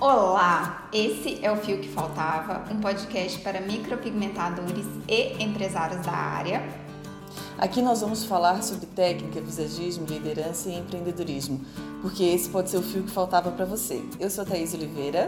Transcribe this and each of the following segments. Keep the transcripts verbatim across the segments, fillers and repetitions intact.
Olá, esse é o Fio que Faltava, um podcast para micropigmentadores e empresários da área. Aqui nós vamos falar sobre técnica, visagismo, liderança e empreendedorismo, porque esse pode ser o fio que faltava para você. Eu sou a Thaís Oliveira.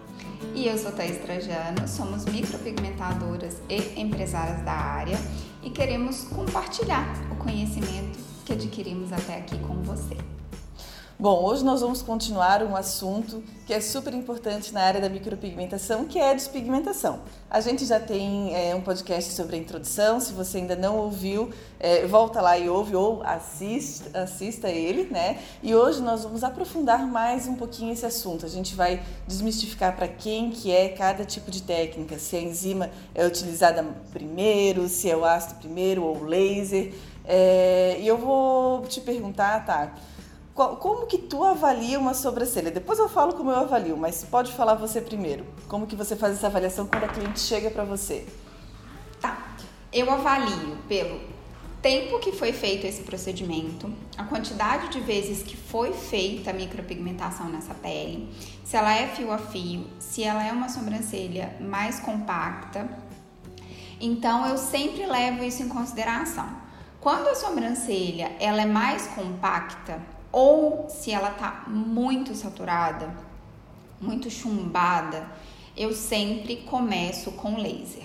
E eu sou Thaís Trajano, somos micropigmentadoras e empresárias da área e queremos compartilhar o conhecimento que adquirimos até aqui com você. Bom, hoje nós vamos continuar um assunto que é super importante na área da micropigmentação, que é a despigmentação. A gente já tem é, um podcast sobre a introdução, se você ainda não ouviu, é, volta lá e ouve ou assista, assista ele, né? E hoje nós vamos aprofundar mais um pouquinho esse assunto. A gente vai desmistificar para quem que é cada tipo de técnica, se a enzima é utilizada primeiro, se é o ácido primeiro ou o laser. É, e eu vou te perguntar, tá? Como que tu avalia uma sobrancelha? Depois eu falo como eu avalio, mas pode falar você primeiro. Como que você faz essa avaliação quando a cliente chega para você? Tá, eu avalio pelo tempo que foi feito esse procedimento, a quantidade de vezes que foi feita a micropigmentação nessa pele, se ela é fio a fio, se ela é uma sobrancelha mais compacta. Então eu sempre levo isso em consideração. Quando a sobrancelha ela é mais compacta, ou se ela tá muito saturada, muito chumbada, eu sempre começo com laser.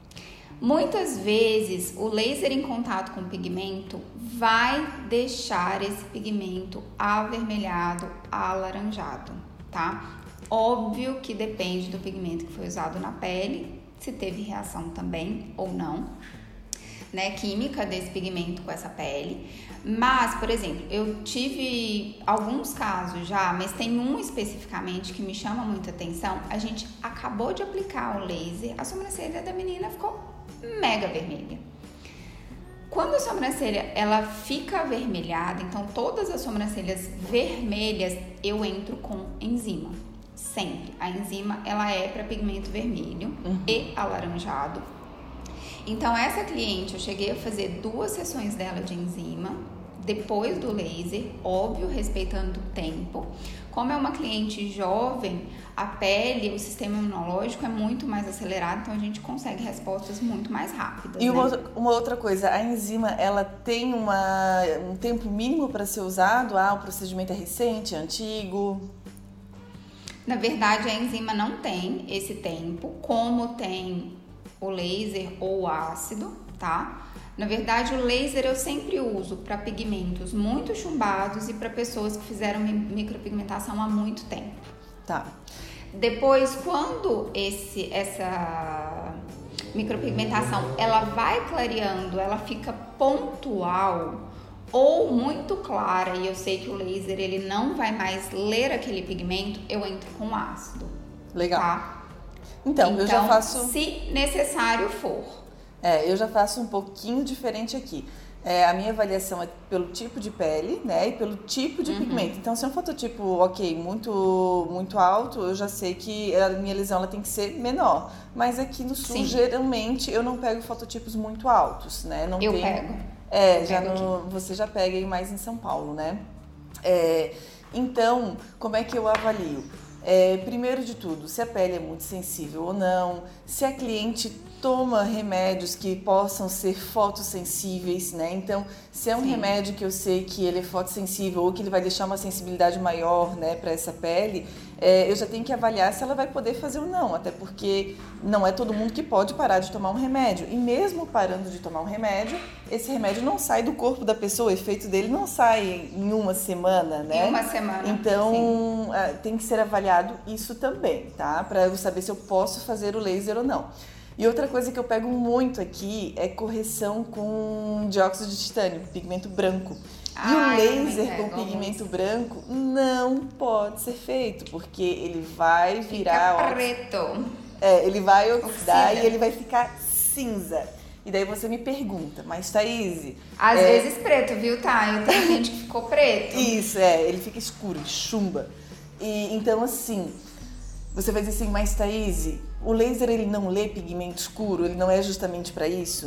Muitas vezes o laser em contato com o pigmento vai deixar esse pigmento avermelhado, alaranjado, tá? Óbvio que depende do pigmento que foi usado na pele, se teve reação também ou não, né, química desse pigmento com essa pele. Mas, por exemplo, eu tive alguns casos já, mas tem um especificamente que me chama muita atenção. A gente acabou de aplicar o laser, a sobrancelha da menina ficou mega vermelha. Quando a sobrancelha ela fica avermelhada, então todas as sobrancelhas vermelhas, eu entro com enzima. Sempre. A enzima ela é para pigmento vermelho uhum. e alaranjado. Então, essa cliente, eu cheguei a fazer duas sessões dela de enzima, depois do laser, óbvio, respeitando o tempo. Como é uma cliente jovem, a pele, o sistema imunológico é muito mais acelerado, então a gente consegue respostas muito mais rápidas. E né? uma, outra, uma outra coisa, a enzima, ela tem uma, um tempo mínimo para ser usado? Ah, o procedimento é recente, é antigo? Na verdade, a enzima não tem esse tempo, como tem o laser ou o ácido, tá? Na verdade, o laser eu sempre uso para pigmentos muito chumbados e para pessoas que fizeram micropigmentação há muito tempo. Tá. Depois, quando esse, essa micropigmentação ela vai clareando, ela fica pontual ou muito clara e eu sei que o laser ele não vai mais ler aquele pigmento, eu entro com ácido. Legal. Tá? Então, então, eu já faço... se necessário for. É, eu já faço um pouquinho diferente aqui. É, a minha avaliação é pelo tipo de pele, né, e pelo tipo de uhum. pigmento. Então, se é um fototipo, ok, muito, muito alto, eu já sei que a minha lesão ela tem que ser menor. Mas aqui no sul, Sim. geralmente, eu não pego fototipos muito altos, né? Não eu tem... pego. É, eu já pego no... você já pega aí mais em São Paulo, né? É, então, como é que eu avalio? É, primeiro de tudo, se a pele é muito sensível ou não, se a cliente toma remédios que possam ser fotossensíveis, né? Então, se é um Sim. remédio que eu sei que ele é fotossensível ou que ele vai deixar uma sensibilidade maior, né, para essa pele, é, eu já tenho que avaliar se ela vai poder fazer ou não, até porque não é todo mundo que pode parar de tomar um remédio. E mesmo parando de tomar um remédio, esse remédio não sai do corpo da pessoa, o efeito dele não sai em uma semana, né? Em uma semana. Então, Sim. tem que ser avaliado isso também, tá? Para eu saber se eu posso fazer o laser ou não. E outra coisa que eu pego muito aqui é correção com dióxido de titânio, pigmento branco. Ai, e o laser com pigmento muito. branco não pode ser feito, porque ele vai virar... Fica preto. É, ele vai oxidar Oxida. e ele vai ficar cinza. E daí você me pergunta, mas Thaís... Às é... vezes preto, viu, tá? Eu tenho gente que ficou preto. Isso, é, ele fica escuro, chumba. E, então, assim... Você vai dizer assim, mas Thaís, o laser ele não lê pigmento escuro, ele não é justamente para isso?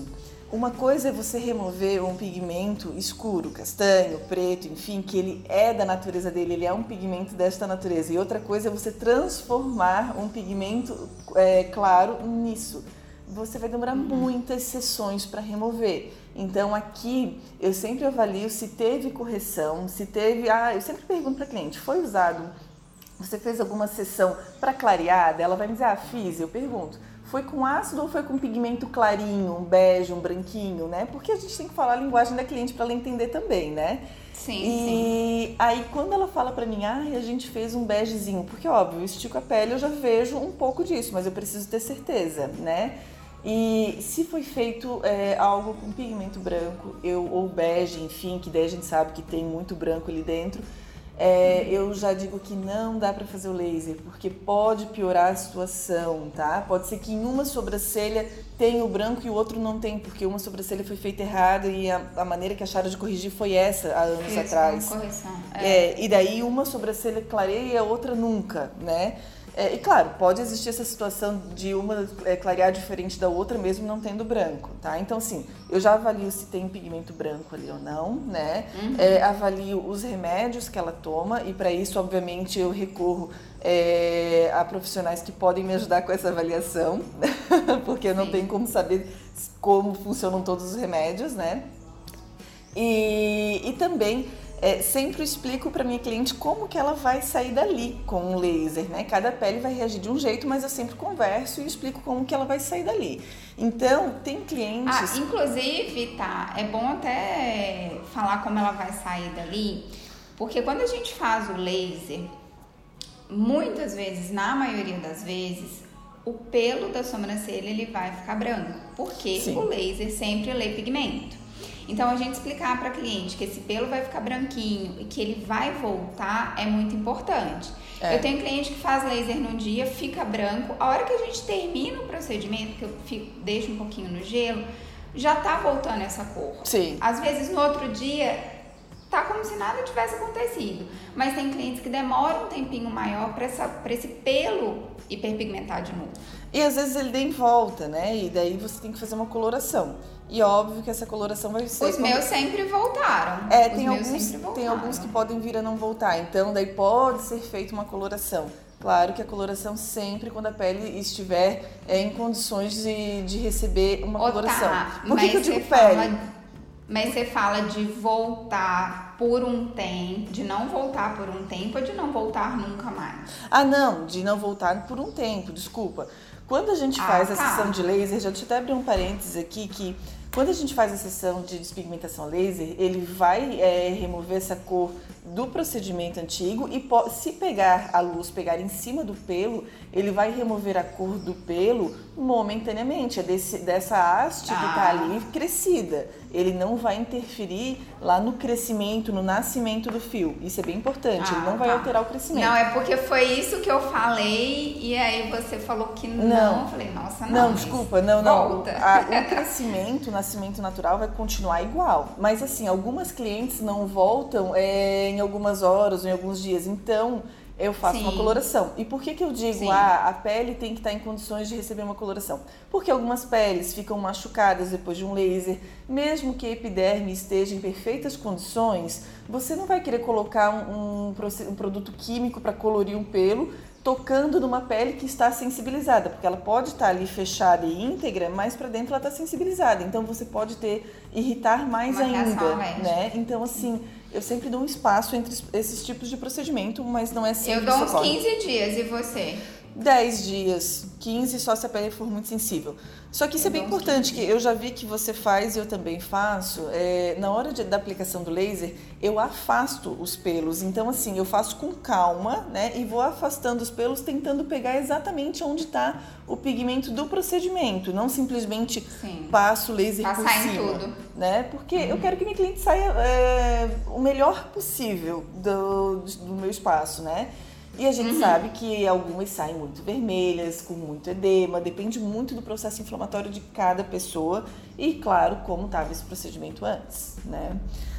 Uma coisa é você remover um pigmento escuro, castanho, preto, enfim, que ele é da natureza dele, ele é um pigmento desta natureza. E outra coisa é você transformar um pigmento é, claro nisso. Você vai demorar muitas sessões para remover. Então aqui eu sempre avalio se teve correção, se teve... Ah, eu sempre pergunto para a cliente, foi usado, você fez alguma sessão para clareada? Ela vai me dizer, ah, fiz, eu pergunto. Foi com ácido ou foi com pigmento clarinho, um bege, um branquinho, né? Porque a gente tem que falar a linguagem da cliente para ela entender também, né? Sim, e sim. aí quando ela fala para mim, ah, a gente fez um begezinho, porque óbvio, eu estico a pele, eu já vejo um pouco disso, mas eu preciso ter certeza, né? E se foi feito é, algo com pigmento branco, eu, ou bege, enfim, que daí a gente sabe que tem muito branco ali dentro, É, eu já digo que não dá para fazer o laser, porque pode piorar a situação, tá? Pode ser que em uma sobrancelha tenha o branco e o outro não tem, porque uma sobrancelha foi feita errada e a, a maneira que acharam de corrigir foi essa, há anos Isso, atrás. correção. É. É, e daí uma sobrancelha clareia e a outra nunca, né? É, e claro, pode existir essa situação de uma é, clarear diferente da outra, mesmo não tendo branco, tá? Então, assim, eu já avalio se tem pigmento branco ali ou não, né? Uhum. É, avalio os remédios que ela toma e para isso, obviamente, eu recorro é, a profissionais que podem me ajudar com essa avaliação, porque eu não tenho como saber como funcionam todos os remédios, né? E, e também... É, sempre explico para minha cliente como que ela vai sair dali com o laser, né? Cada pele vai reagir de um jeito, mas eu sempre converso e explico como que ela vai sair dali. Então, tem clientes... Ah, inclusive, tá, é bom até falar como ela vai sair dali, porque quando a gente faz o laser, muitas vezes, na maioria das vezes, o pelo da sobrancelha ele vai ficar branco, porque Sim. o laser sempre lê pigmento. Então, a gente explicar para a cliente que esse pelo vai ficar branquinho e que ele vai voltar é muito importante. É. Eu tenho cliente que faz laser no dia, fica branco. A hora que a gente termina o procedimento, que eu fico, deixo um pouquinho no gelo, já tá voltando essa cor. Sim. Às vezes, no outro dia, tá como se nada tivesse acontecido. Mas tem clientes que demoram um tempinho maior para esse pelo hiperpigmentar de novo. E às vezes ele nem volta, né? E daí você tem que fazer uma coloração. E óbvio que essa coloração vai ser... Os quando... meus sempre voltaram. É, Os tem meus alguns, sempre voltaram. Tem alguns que podem vir a não voltar. Então, daí pode ser feita uma coloração. Claro que a coloração sempre quando a pele estiver é, em condições de, de receber uma oh, coloração. Tá. Por que, que eu digo fala, pele? Mas você fala de voltar por um tempo, de não voltar por um tempo ou de não voltar nunca mais? Ah, não, de não voltar por um tempo, desculpa. Quando a gente ah, faz tá. a sessão de laser, já deixa eu até abrir um parênteses aqui, que quando a gente faz a sessão de despigmentação laser, ele vai é, remover essa cor do procedimento antigo e se pegar a luz, pegar em cima do pelo, ele vai remover a cor do pelo momentaneamente, é desse, dessa haste ah. que está ali crescida. Ele não vai interferir lá no crescimento, no nascimento do fio. Isso é bem importante, ah, ele não vai tá. alterar o crescimento. Não, é porque foi isso que eu falei e aí você falou que não. não. Eu falei, nossa, não. Não, desculpa, não, não. Volta. A, o crescimento, o nascimento natural vai continuar igual. Mas assim, algumas clientes não voltam é, em algumas horas ou em alguns dias. Então, eu faço Sim. uma coloração. E por que que eu digo, ah, a pele tem que estar em condições de receber uma coloração? Porque algumas peles ficam machucadas depois de um laser. Mesmo que a epiderme esteja em perfeitas condições, você não vai querer colocar um, um, um produto químico para colorir um pelo tocando numa pele que está sensibilizada, porque ela pode estar ali fechada e íntegra, mas para dentro ela está sensibilizada. Então você pode ter, irritar mais uma ainda, né? Então assim, eu sempre dou um espaço entre esses tipos de procedimento, mas não é sempre. Eu dou uns quinze dias, e você? dez dias, quinze só se a pele for muito sensível. Só que isso eu é bem importante, que eu já vi que você faz e eu também faço. É, na hora de, da aplicação do laser, eu afasto os pelos. Então, assim, eu faço com calma, né? E vou afastando os pelos, tentando pegar exatamente onde está o pigmento do procedimento. Não simplesmente Sim. passo o laser Passar por cima. em tudo. Né? Porque uhum. eu quero que minha cliente saia é, o melhor possível do, do meu espaço, né? E a gente uhum. sabe que algumas saem muito vermelhas, com muito edema, depende muito do processo inflamatório de cada pessoa e, claro, como estava esse procedimento antes, né?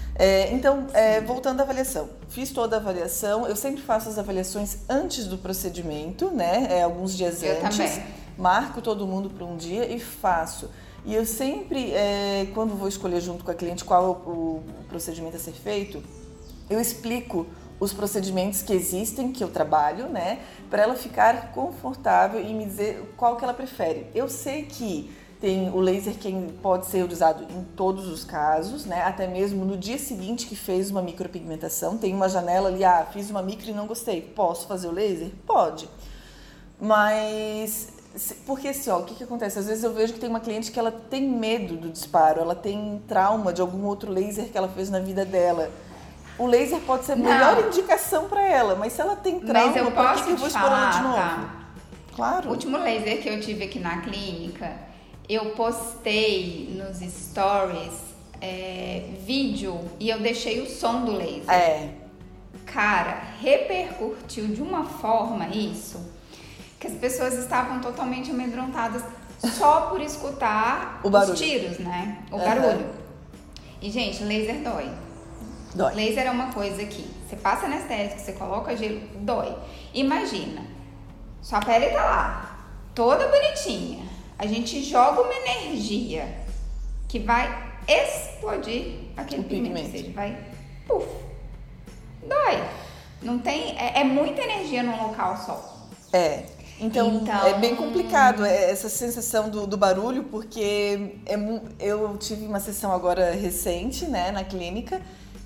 É, então, é, voltando à avaliação, fiz toda a avaliação, eu sempre faço as avaliações antes do procedimento, né? É, alguns dias eu antes. Também. Marco todo mundo para um dia e faço. E eu sempre, é, quando vou escolher junto com a cliente qual é o, o procedimento a ser feito, eu explico os procedimentos que existem, que eu trabalho, né, para ela ficar confortável e me dizer qual que ela prefere. Eu sei que tem o laser que pode ser usado em todos os casos, né, até mesmo no dia seguinte que fez uma micropigmentação, tem uma janela ali, ah, fiz uma micro e não gostei, posso fazer o laser? Pode. Mas, porque assim, ó, o que que acontece? Às vezes eu vejo que tem uma cliente que ela tem medo do disparo, ela tem trauma de algum outro laser que ela fez na vida dela. O laser pode ser a melhor não. indicação para ela, mas se ela tem trauma, mas eu por posso que eu vou expor falar, ela de novo? Tá. Claro. O último laser que eu tive aqui na clínica, eu postei nos stories é, vídeo e eu deixei o som do laser. É. Cara, repercutiu de uma forma isso, que as pessoas estavam totalmente amedrontadas só por escutar o barulho. Os tiros, né? O uhum. barulho. E, gente, laser dói. Dói. Laser é uma coisa que você passa anestésico, você coloca gelo, dói. Imagina, sua pele tá lá, toda bonitinha. A gente joga uma energia que vai explodir aquele pigmento. pigmento. Ou seja, vai, puf, dói. Não tem, é, é muita energia num local só. É. Então, então, é bem complicado essa sensação do, do barulho, porque é, eu tive uma sessão agora recente, né, na clínica,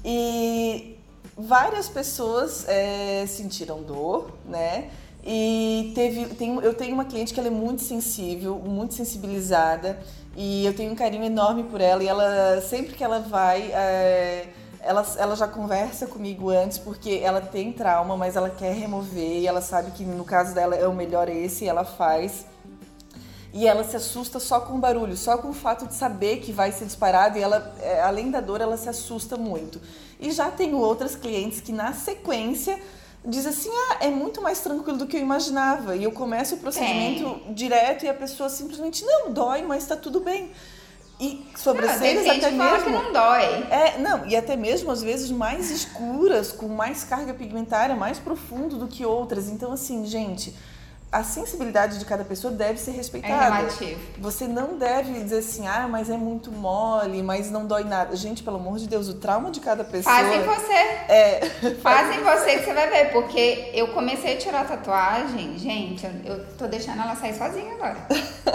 e várias pessoas é, sentiram dor, né, e teve, tem, eu tenho uma cliente que ela é muito sensível, muito sensibilizada, e eu tenho um carinho enorme por ela, e ela, sempre que ela vai... É, Ela, ela já conversa comigo antes porque ela tem trauma, mas ela quer remover e ela sabe que no caso dela é o melhor esse e ela faz. E ela se assusta só com o barulho, só com o fato de saber que vai ser disparado e ela, além da dor, ela se assusta muito. E já tenho outras clientes que na sequência dizem assim, ah, é muito mais tranquilo do que eu imaginava. E eu começo o procedimento é. direto e a pessoa simplesmente, não, dói, mas tá tudo bem. E sobrancelhas até mesmo... fala que não dói. É, não, e até mesmo às vezes mais escuras, com mais carga pigmentária, mais profundo do que outras. Então, assim, gente, a sensibilidade de cada pessoa deve ser respeitada. É relativo. Você não deve dizer assim, ah, mas é muito mole, mas não dói nada. Gente, pelo amor de Deus, o trauma de cada pessoa... Faz em você. É. Faz em você que você vai ver, porque eu comecei a tirar a tatuagem, gente, eu, eu tô deixando ela sair sozinha agora.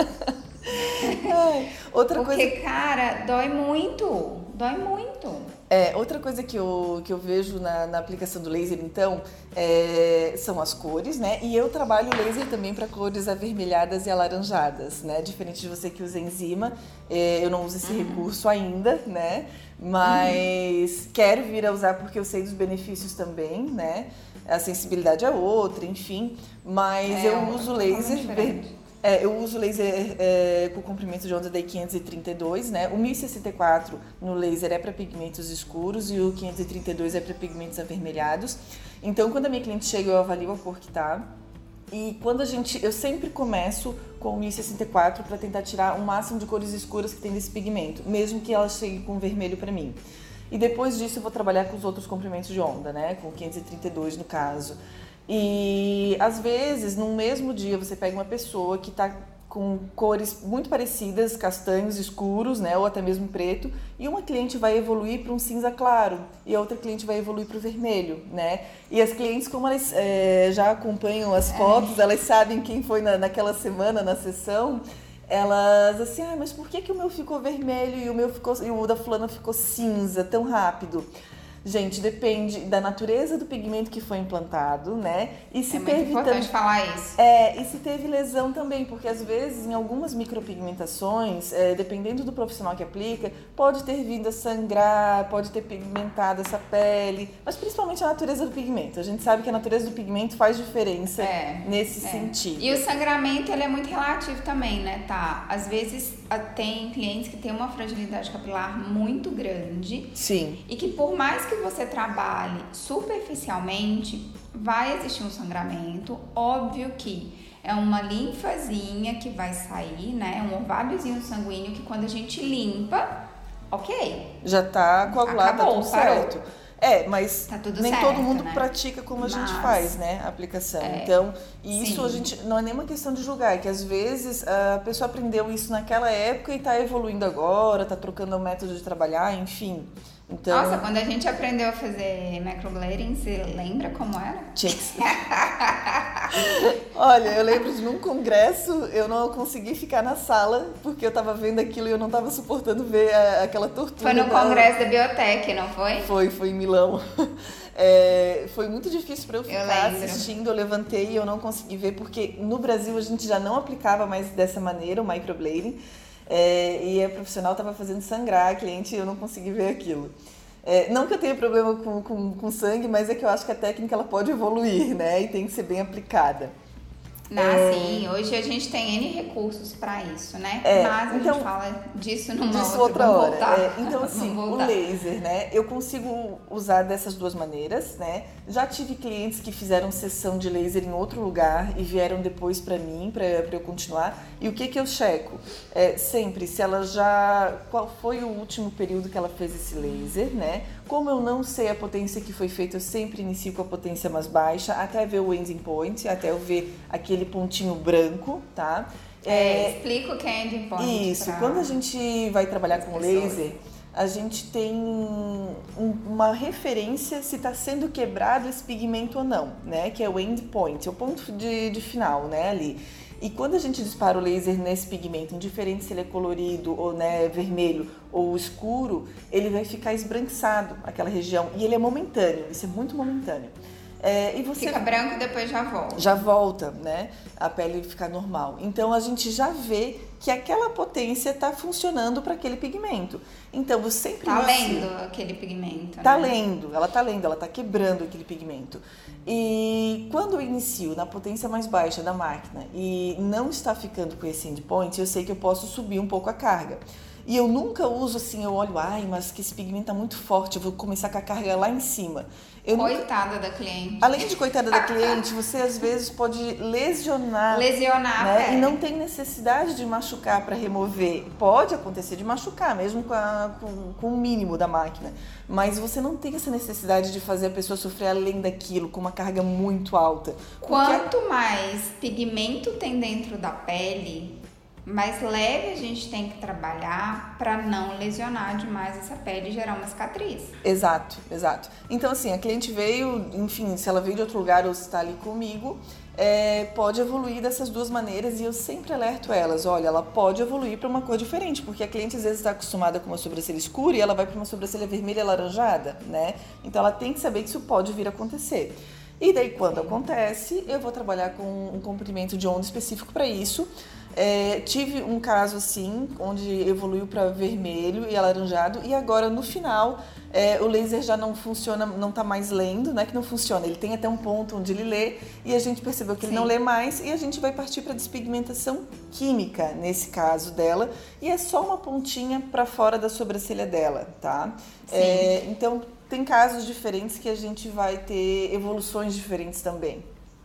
Ai, outra Porque, coisa... cara, dói muito, dói muito. É, outra coisa que eu, que eu vejo na, na aplicação do laser, então, é, são as cores, né? E eu trabalho o laser também para cores avermelhadas e alaranjadas, né? Diferente de você que usa enzima, é, eu não uso esse uhum. recurso ainda, né? Mas uhum. quero vir a usar porque eu sei dos benefícios também, né? A sensibilidade é outra, enfim. Mas é, eu uso laser... É, eu uso laser é, com comprimento de onda da quinhentos e trinta e dois, né? O mil e sessenta e quatro no laser é para pigmentos escuros e o quinhentos e trinta e dois é para pigmentos avermelhados. Então, quando a minha cliente chega, eu avalio a cor que tá. E quando a gente... Eu sempre começo com o mil e sessenta e quatro para tentar tirar o máximo de cores escuras que tem desse pigmento, mesmo que ela chegue com vermelho para mim. E depois disso eu vou trabalhar com os outros comprimentos de onda, né? Com o quinhentos e trinta e dois no caso. E às vezes, num mesmo dia, você pega uma pessoa que está com cores muito parecidas, castanhos escuros, né, ou até mesmo preto, e uma cliente vai evoluir para um cinza claro e a outra cliente vai evoluir para o vermelho, né? E as clientes, como elas é, já acompanham as fotos, elas sabem quem foi na, naquela semana na sessão, elas assim, ah, mas por que que o meu ficou vermelho e o meu ficou e o da fulana ficou cinza tão rápido? Gente, depende da natureza do pigmento que foi implantado, né? E se é teve muito importante tam... falar isso. É, e se teve lesão também, porque às vezes em algumas micropigmentações, é, dependendo do profissional que aplica, pode ter vindo a sangrar, pode ter pigmentado essa pele, mas principalmente a natureza do pigmento. A gente sabe que a natureza do pigmento faz diferença é, nesse é. sentido. E o sangramento, ele é muito relativo também, né, tá? Às vezes tem clientes que têm uma fragilidade capilar muito grande. Sim. E que por mais que você trabalhe superficialmente, vai existir um sangramento. Óbvio que é uma linfazinha que vai sair, né? Um orvalhozinho sanguíneo que quando a gente limpa, ok. Já tá coagulado, tá tudo certo. É, mas tá tudo nem certo, todo mundo né? pratica como a Mas, gente faz, né, a aplicação. É, então, e isso sim. a gente não é nem uma questão de julgar, é que às vezes a pessoa aprendeu isso naquela época e está evoluindo agora, está trocando o método de trabalhar, enfim. Então, Nossa, quando a gente aprendeu a fazer microblading, você lembra como era? tinha que ser. Olha, eu lembro de num congresso, eu não consegui ficar na sala, porque eu tava vendo aquilo e eu não tava suportando ver a, aquela tortura. Foi no da... congresso da Biotech, não foi? Foi, foi em Milão. É, foi muito difícil para eu ficar eu assistindo, eu levantei e eu não consegui ver, porque no Brasil a gente já não aplicava mais dessa maneira o microblading, é, e a profissional estava fazendo sangrar a cliente e eu não consegui ver aquilo. É, não que eu tenha problema com, com, com sangue, mas é que eu acho que a técnica ela pode evoluir, né? E tem que ser bem aplicada. Ah, é... sim, hoje a gente tem N recursos para isso, né? É, Mas a então, gente fala disso numa disso outra, outra hora. É, então, assim, o laser, né? Eu consigo usar dessas duas maneiras, né? Já tive clientes que fizeram sessão de laser em outro lugar e vieram depois para mim, para eu continuar. E o que que eu checo? É, sempre, se ela já... Qual foi o último período que ela fez esse laser, né? Como eu não sei a potência que foi feita, eu sempre inicio com a potência mais baixa, até ver o ending point, até eu ver aquele pontinho branco, tá? É, é, explica o que é ending point. Isso, pra... quando a gente vai trabalhar com laser, a gente tem um, uma referência se está sendo quebrado esse pigmento ou não, né? Que é o end point, é o ponto de, de final, né? Ali. E quando a gente dispara o laser nesse pigmento, indiferente se ele é colorido ou né, vermelho ou escuro, ele vai ficar esbranquiçado, aquela região. E ele é momentâneo, isso é muito momentâneo. É, e você fica branco e depois já volta. Já volta, né? A pele fica normal. Então a gente já vê que aquela potência está funcionando para aquele pigmento. Então você sempre tá lendo aquele pigmento. Tá né? lendo, ela tá lendo, ela tá quebrando aquele pigmento. E quando eu inicio na potência mais baixa da máquina e não está ficando com esse endpoint, eu sei que eu posso subir um pouco a carga. E eu nunca uso assim, eu olho, ai, mas que esse pigmento tá muito forte, eu vou começar com a carga lá em cima. Eu coitada nunca... da cliente. Além de coitada da cliente, você às vezes pode lesionar. Lesionar, né? é. E não tem necessidade de machucar para remover. Pode acontecer de machucar, mesmo com, a, com, com o mínimo da máquina. Mas você não tem essa necessidade de fazer a pessoa sofrer além daquilo, com uma carga muito alta. Quanto Porque... mais pigmento tem dentro da pele, mais leve a gente tem que trabalhar para não lesionar demais essa pele e gerar uma cicatriz. Exato, exato. Então, assim, a cliente veio, enfim, se ela veio de outro lugar ou se está ali comigo, é, pode evoluir dessas duas maneiras e eu sempre alerto elas, olha, ela pode evoluir para uma cor diferente, porque a cliente às vezes está acostumada com uma sobrancelha escura e ela vai para uma sobrancelha vermelha alaranjada, né? Então, ela tem que saber que isso pode vir a acontecer. E daí, quando acontece, eu vou trabalhar com um comprimento de onda específico para isso. É, tive um caso assim, onde evoluiu para vermelho e alaranjado e agora no final é, o laser já não funciona, não está mais lendo, não é que não funciona, ele tem até um ponto onde ele lê e a gente percebeu que Sim. ele não lê mais e a gente vai partir para despigmentação química nesse caso dela e é só uma pontinha para fora da sobrancelha dela, tá? É, então tem casos diferentes que a gente vai ter evoluções diferentes também.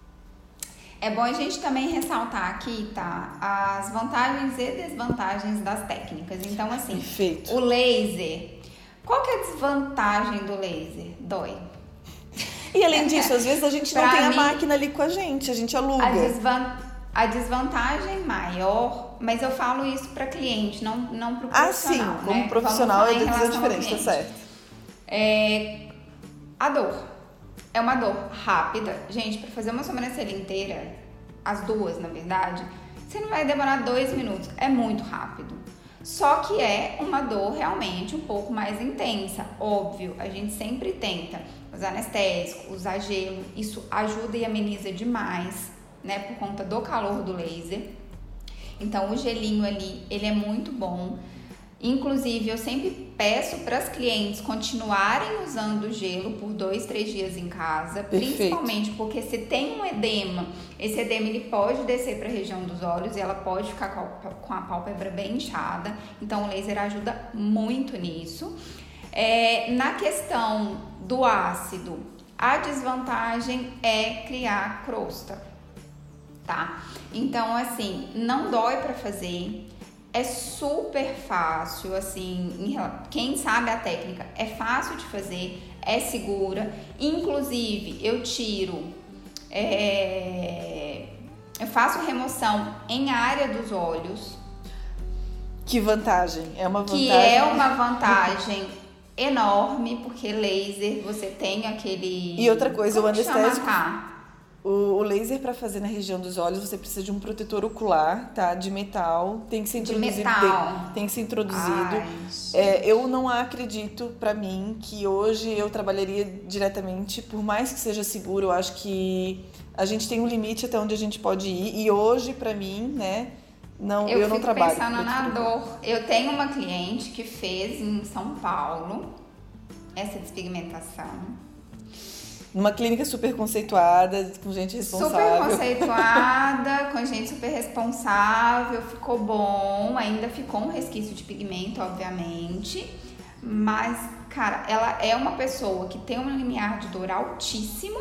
É bom a gente também ressaltar aqui, tá, as vantagens e desvantagens das técnicas. Então, assim, Perfeito. O laser, qual que é a desvantagem do laser? Dói. E além disso, às vezes a gente não tem a mim, máquina ali com a gente, a gente aluga. A, desvan a desvantagem maior, mas eu falo isso para cliente, não, não para o profissional. Ah, sim, como né? profissional é decisão diferente, tá certo. É, a dor. É uma dor rápida. Gente, para fazer uma sobrancelha inteira, as duas, na verdade, você não vai demorar dois minutos. É muito rápido. Só que é uma dor realmente um pouco mais intensa. Óbvio, a gente sempre tenta usar anestésico, usar gelo. Isso ajuda e ameniza demais, né? Por conta do calor do laser. Então, o gelinho ali, ele é muito bom. Inclusive, eu sempre peço para as clientes continuarem usando o gelo por dois, três dias em casa, Perfeito. Principalmente porque se tem um edema, esse edema ele pode descer para a região dos olhos e ela pode ficar com a pálpebra bem inchada, então o laser ajuda muito nisso. É, na questão do ácido, a desvantagem é criar crosta, tá? Então, assim, não dói para fazer. é super fácil, assim, quem sabe a técnica é fácil de fazer, é segura. Inclusive, eu tiro, é, eu faço remoção em área dos olhos. Que vantagem, é uma vantagem. Que é uma vantagem enorme, porque laser, você tem aquele... E outra coisa, Como o anestésico... chama? O, o laser para fazer na região dos olhos, você precisa de um protetor ocular, tá? De metal, tem que ser introduzido. De metal. Tem, tem que ser introduzido. Ai, é, eu não acredito, para mim, que hoje eu trabalharia diretamente, por mais que seja seguro, eu acho que a gente tem um limite até onde a gente pode ir. E hoje, para mim, né, não, eu, eu não trabalho. Eu fico pensando na dor. Eu tenho uma cliente que fez em São Paulo essa despigmentação. Numa clínica super conceituada, com gente responsável. Super conceituada, com gente super responsável, ficou bom, ainda ficou um resquício de pigmento, obviamente. Mas, cara, ela é uma pessoa que tem um limiar de dor altíssimo.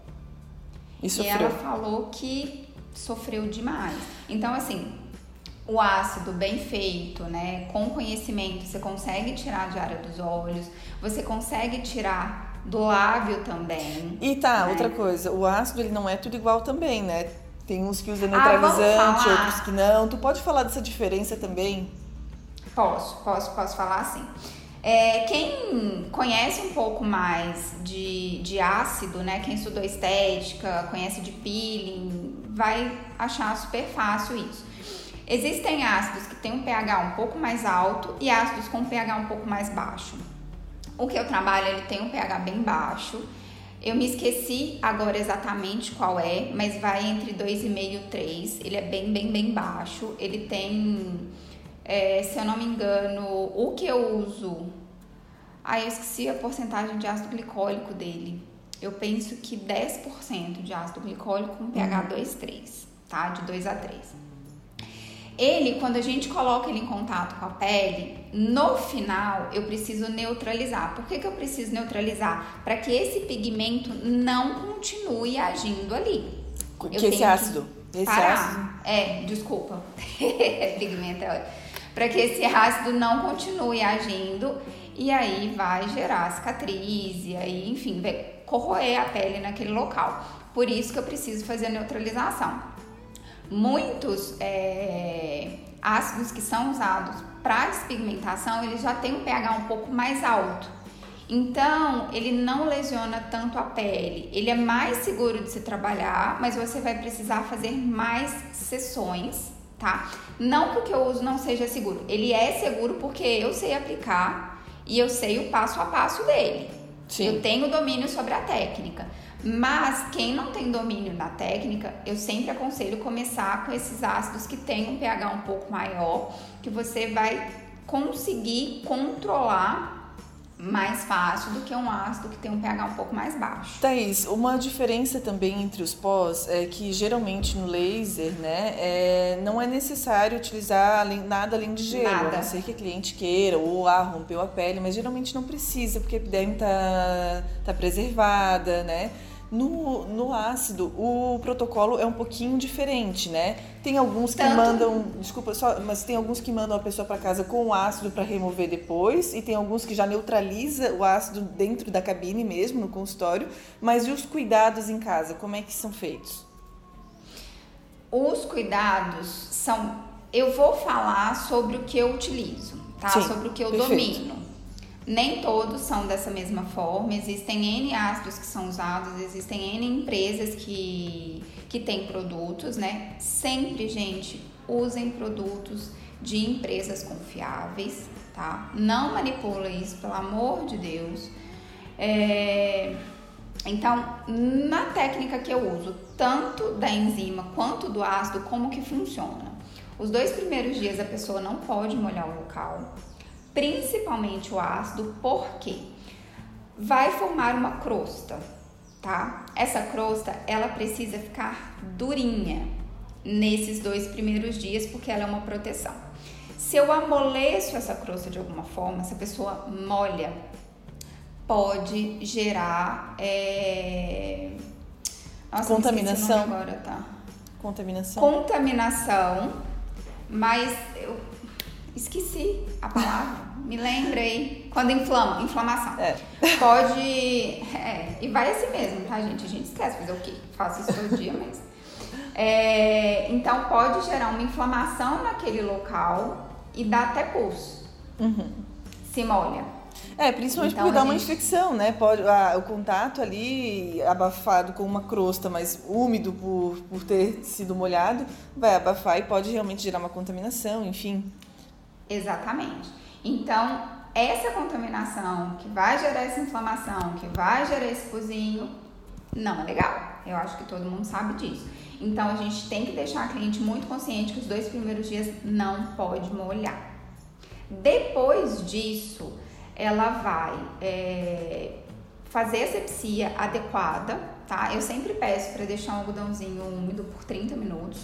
E, e ela falou que sofreu demais. Então, assim, o ácido bem feito, né, com conhecimento, você consegue tirar de área dos olhos, você consegue tirar do lábio também. E tá, né? Outra coisa, o ácido ele não é tudo igual também, né? Tem uns que usam neutralizante, ah, outros que não. Tu pode falar dessa diferença também? Posso, posso, posso falar sim. É, quem conhece um pouco mais de, de ácido, né? Quem estudou estética, conhece de peeling, vai achar super fácil isso. Existem ácidos que têm um pH um pouco mais alto e ácidos com um pH um pouco mais baixo. O que eu trabalho, ele tem um pH bem baixo. Eu me esqueci agora exatamente qual é, mas vai entre dois vírgula cinco e três. Ele é bem, bem, bem baixo. Ele tem, é, se eu não me engano, o que eu uso... Ah, eu esqueci a porcentagem de ácido glicólico dele. Eu penso que dez por cento de ácido glicólico com pH dois vírgula três, tá? De dois a três. Ele, quando a gente coloca ele em contato com a pele, no final eu preciso neutralizar. Por que que eu preciso neutralizar? Para que esse pigmento não continue agindo ali. Que esse ácido? Esse parar. ácido? É, desculpa. Pigmento é ótimo. Para que esse ácido não continue agindo e aí vai gerar cicatriz e aí, enfim, vai corroer a pele naquele local. Por isso que eu preciso fazer a neutralização. Muitos é, ácidos que são usados para despigmentação, eles já têm um pH um pouco mais alto. Então, ele não lesiona tanto a pele. Ele é mais seguro de se trabalhar, mas você vai precisar fazer mais sessões, tá? Não que o que eu uso não seja seguro. Ele é seguro porque eu sei aplicar e eu sei o passo a passo dele. Sim. Eu tenho domínio sobre a técnica. Mas quem não tem domínio na técnica, eu sempre aconselho começar com esses ácidos que têm um pH um pouco maior, que você vai conseguir controlar mais fácil do que um ácido que tem um pH um pouco mais baixo. Thaís, uma diferença também entre os pós é que geralmente no laser, né, é, não é necessário utilizar além, nada além de gelo, nada. A não ser que a cliente queira ou ah, rompeu a pele, mas geralmente não precisa, porque a epiderme tá, tá preservada, né? No, no ácido, o protocolo é um pouquinho diferente, né? Tem alguns que Tanto... mandam, desculpa, só, mas tem alguns que mandam a pessoa para casa com o ácido para remover depois, e tem alguns que já neutraliza o ácido dentro da cabine mesmo, no consultório. Mas e os cuidados em casa, como é que são feitos? Os cuidados são... Eu vou falar sobre o que eu utilizo, tá? Sim, sobre o que eu perfeito. domino. Nem todos são dessa mesma forma, existem N ácidos que são usados, existem N empresas que, que têm produtos, né? Sempre, gente, usem produtos de empresas confiáveis, tá? Não manipula isso, pelo amor de Deus. É... Então, na técnica que eu uso, tanto da enzima quanto do ácido, como que funciona? Os dois primeiros dias a pessoa não pode molhar o local, principalmente o ácido, porque vai formar uma crosta, tá? Essa crosta, ela precisa ficar durinha nesses dois primeiros dias, porque ela é uma proteção. Se eu amoleço essa crosta de alguma forma, se a pessoa molha, pode gerar é... Nossa, contaminação. Agora, tá? Contaminação. Contaminação, mas eu Esqueci a palavra, me lembrei. Quando inflama, inflamação. É. Pode. É, e vai assim mesmo, tá, gente? A gente esquece fazer o quê? Faço isso todo dia, mas. É, então pode gerar uma inflamação naquele local e dá até pulso. Uhum. Se molha. É, principalmente Então, porque dá a uma gente- infecção, né? Pode, a- o contato ali abafado com uma crosta, mas úmido por, por ter sido molhado, vai abafar e pode realmente gerar uma contaminação, enfim. Exatamente. Então, essa contaminação que vai gerar essa inflamação, que vai gerar esse cozinho, não é legal. Eu acho que todo mundo sabe disso. Então, a gente tem que deixar a cliente muito consciente que os dois primeiros dias não pode molhar. Depois disso, ela vai é, fazer a asepsia adequada, tá? Eu sempre peço para deixar um algodãozinho úmido por trinta minutos,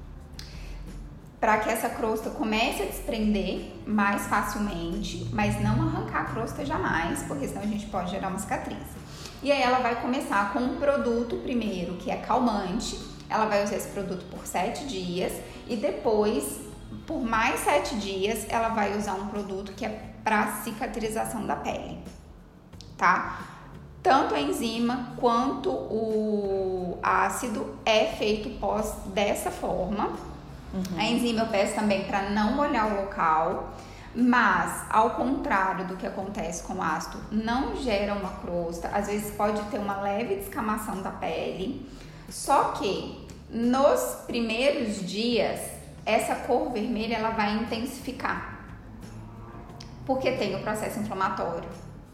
para que essa crosta comece a desprender mais facilmente, mas não arrancar a crosta jamais, porque senão a gente pode gerar uma cicatriz. E aí ela vai começar com um produto primeiro, que é calmante. Ela vai usar esse produto por sete dias e depois, por mais sete dias, ela vai usar um produto que é para cicatrização da pele, tá? Tanto a enzima quanto o ácido é feito pós dessa forma. Uhum. A enzima eu peço também para não molhar o local, mas ao contrário do que acontece com o ácido, não gera uma crosta, às vezes pode ter uma leve descamação da pele, só que nos primeiros dias essa cor vermelha ela vai intensificar, porque tem o processo inflamatório.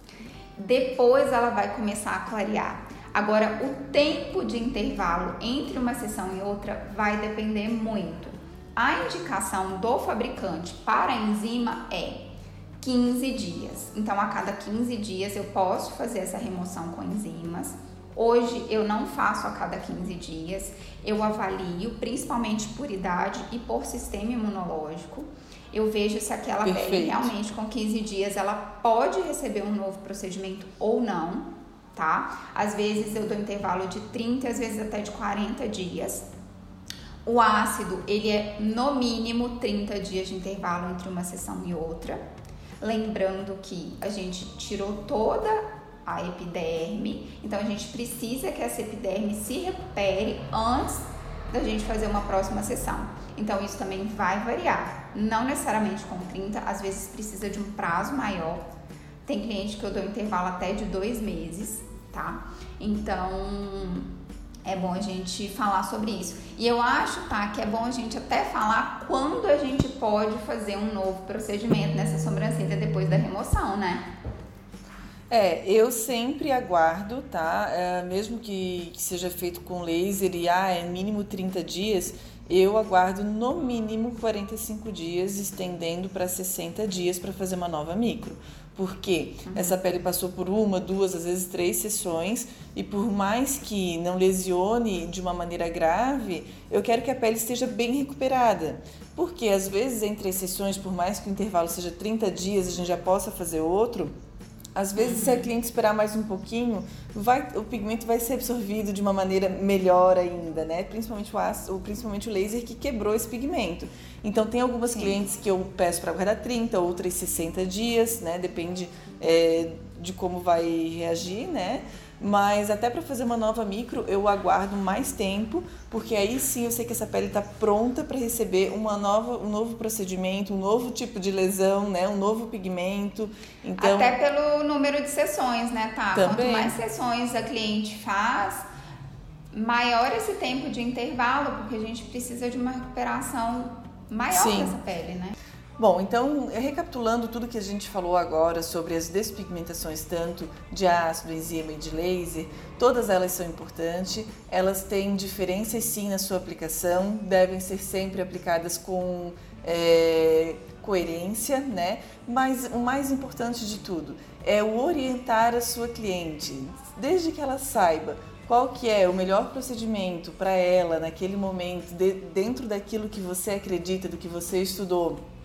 Depois ela vai começar a clarear. Agora, o tempo de intervalo entre uma sessão e outra vai depender muito. A indicação do fabricante para a enzima é quinze dias. Então, a cada quinze dias eu posso fazer essa remoção com enzimas. Hoje eu não faço a cada quinze dias, eu avalio principalmente por idade e por sistema imunológico. Eu vejo se aquela Perfeito. pele realmente com quinze dias ela pode receber um novo procedimento ou não, tá? Às vezes eu dou intervalo de trinta, às vezes até de quarenta dias. O ácido, ele é no mínimo trinta dias de intervalo entre uma sessão e outra. Lembrando que a gente tirou toda a epiderme, então a gente precisa que essa epiderme se recupere antes da gente fazer uma próxima sessão. Então isso também vai variar, não necessariamente com trinta, às vezes precisa de um prazo maior. Tem cliente que eu dou intervalo até de dois meses, tá? Então é bom a gente falar sobre isso. E eu acho, tá, que é bom a gente até falar quando a gente pode fazer um novo procedimento nessa sobrancelha depois da remoção, né? É, eu sempre aguardo, tá? É, mesmo que, que seja feito com laser e ah, é mínimo trinta dias, eu aguardo no mínimo quarenta e cinco dias, estendendo para sessenta dias para fazer uma nova micro. Porque uhum. essa pele passou por uma, duas, às vezes três sessões e por mais que não lesione de uma maneira grave, eu quero que a pele esteja bem recuperada. Porque às vezes entre as sessões, por mais que o intervalo seja trinta dias, a gente já possa fazer outro. Às vezes, uhum. se a cliente esperar mais um pouquinho, vai, o pigmento vai ser absorvido de uma maneira melhor ainda, né? Principalmente o ácido, principalmente o laser que quebrou esse pigmento. Então, tem algumas Sim. clientes que eu peço para guardar trinta, outras sessenta dias, né? Depende é, de como vai reagir, né? Mas até para fazer uma nova micro, eu aguardo mais tempo, porque aí sim eu sei que essa pele está pronta para receber uma nova, um novo procedimento, um novo tipo de lesão, né? Um novo pigmento. Então, até pelo número de sessões, né, tá? Também. Quanto mais sessões a cliente faz, maior esse tempo de intervalo, porque a gente precisa de uma recuperação maior sim. dessa pele, né? Bom, então, recapitulando tudo que a gente falou agora sobre as despigmentações, tanto de ácido, enzima e de laser, todas elas são importantes, elas têm diferenças sim na sua aplicação, devem ser sempre aplicadas com é, coerência, né? Mas o mais importante de tudo é o orientar a sua cliente, desde que ela saiba qual que é o melhor procedimento para ela naquele momento, de, dentro daquilo que você acredita, do que você estudou.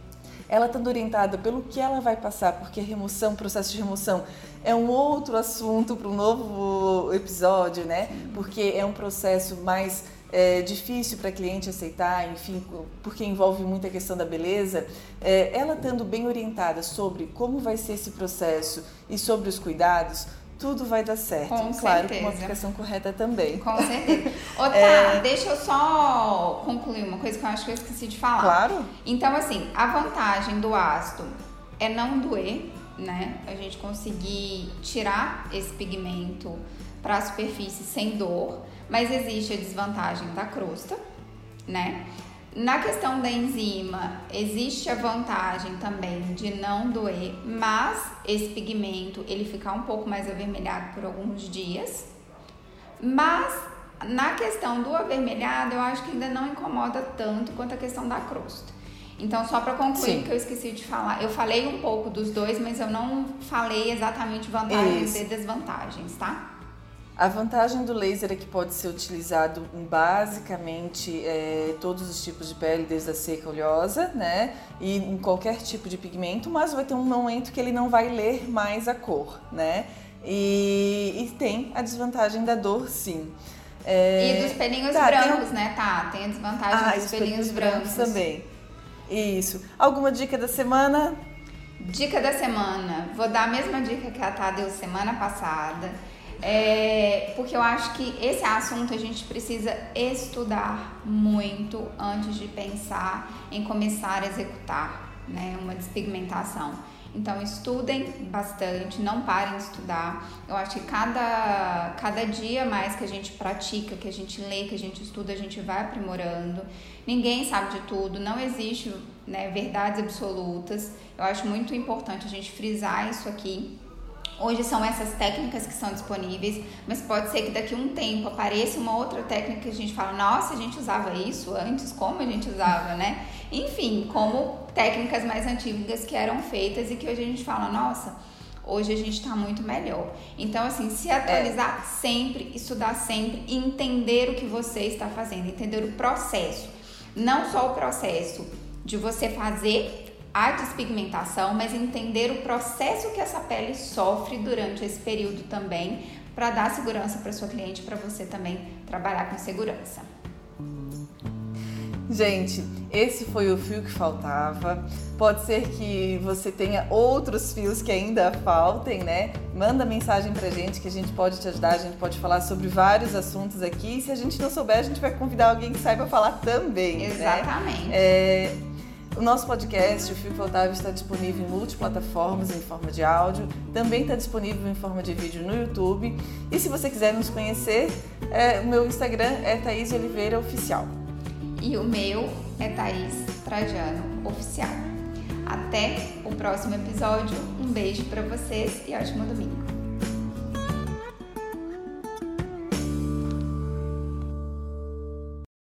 ela estando orientada pelo que ela vai passar, porque a remoção, o processo de remoção é um outro assunto para um novo episódio, né? Porque é um processo mais é, difícil para a cliente aceitar, enfim, porque envolve muita questão da beleza. É, ela estando bem orientada sobre como vai ser esse processo e sobre os cuidados, tudo vai dar certo. Com e, claro, certeza. com uma aplicação correta também. Com certeza. Ô, tá, é... deixa eu só concluir uma coisa que eu acho que eu esqueci de falar. Claro. Então, assim, a vantagem do ácido é não doer, né? A gente conseguir tirar esse pigmento para a superfície sem dor, mas existe a desvantagem da crosta, né? Na questão da enzima, existe a vantagem também de não doer, mas esse pigmento ele ficar um pouco mais avermelhado por alguns dias. Mas na questão do avermelhado, eu acho que ainda não incomoda tanto quanto a questão da crosta. Então, só para concluir, que eu esqueci de falar, eu falei um pouco dos dois, mas eu não falei exatamente vantagens Isso. e desvantagens, tá? A vantagem do laser é que pode ser utilizado em basicamente é, todos os tipos de pele, desde a seca, oleosa, né? E em qualquer tipo de pigmento, mas vai ter um momento que ele não vai ler mais a cor, né? E, e tem a desvantagem da dor, sim. É... E dos pelinhos tá, brancos, tem... né? Tá, tem a desvantagem ah, dos pelinhos, pelinhos brancos. brancos também. Isso. Alguma dica da semana? Dica da semana. Vou dar a mesma dica que a Tá deu semana passada. É, porque eu acho que esse assunto a gente precisa estudar muito antes de pensar em começar a executar, né, uma despigmentação. Então estudem bastante, não parem de estudar. Eu acho que cada, cada dia mais que a gente pratica, que a gente lê, que a gente estuda, a gente vai aprimorando. Ninguém sabe de tudo, não existe, né, verdades absolutas. Eu acho muito importante a gente frisar isso aqui. Hoje são essas técnicas que são disponíveis, mas pode ser que daqui a um tempo apareça uma outra técnica que a gente fala, nossa, a gente usava isso antes, como a gente usava, né? Enfim, como técnicas mais antigas que eram feitas e que hoje a gente fala, nossa, hoje a gente está muito melhor. Então, assim, se atualizar é. sempre, estudar sempre e entender o que você está fazendo, entender o processo. Não só o processo de você fazer a despigmentação, mas entender o processo que essa pele sofre durante esse período também, para dar segurança para sua cliente, para você também trabalhar com segurança. Gente, esse foi o fio que faltava. Pode ser que você tenha outros fios que ainda faltem, né? Manda mensagem pra gente que a gente pode te ajudar, a gente pode falar sobre vários assuntos aqui. E se a gente não souber, a gente vai convidar alguém que saiba falar também. Exatamente. Né? É... O nosso podcast, o Fio que Faltava, está disponível em multiplataformas em forma de áudio, também está disponível em forma de vídeo no YouTube. E se você quiser nos conhecer, é, o meu Instagram é Thaís Oliveira Oficial. E o meu é Thaís Trajano Oficial. Até o próximo episódio, um beijo para vocês e ótimo domingo.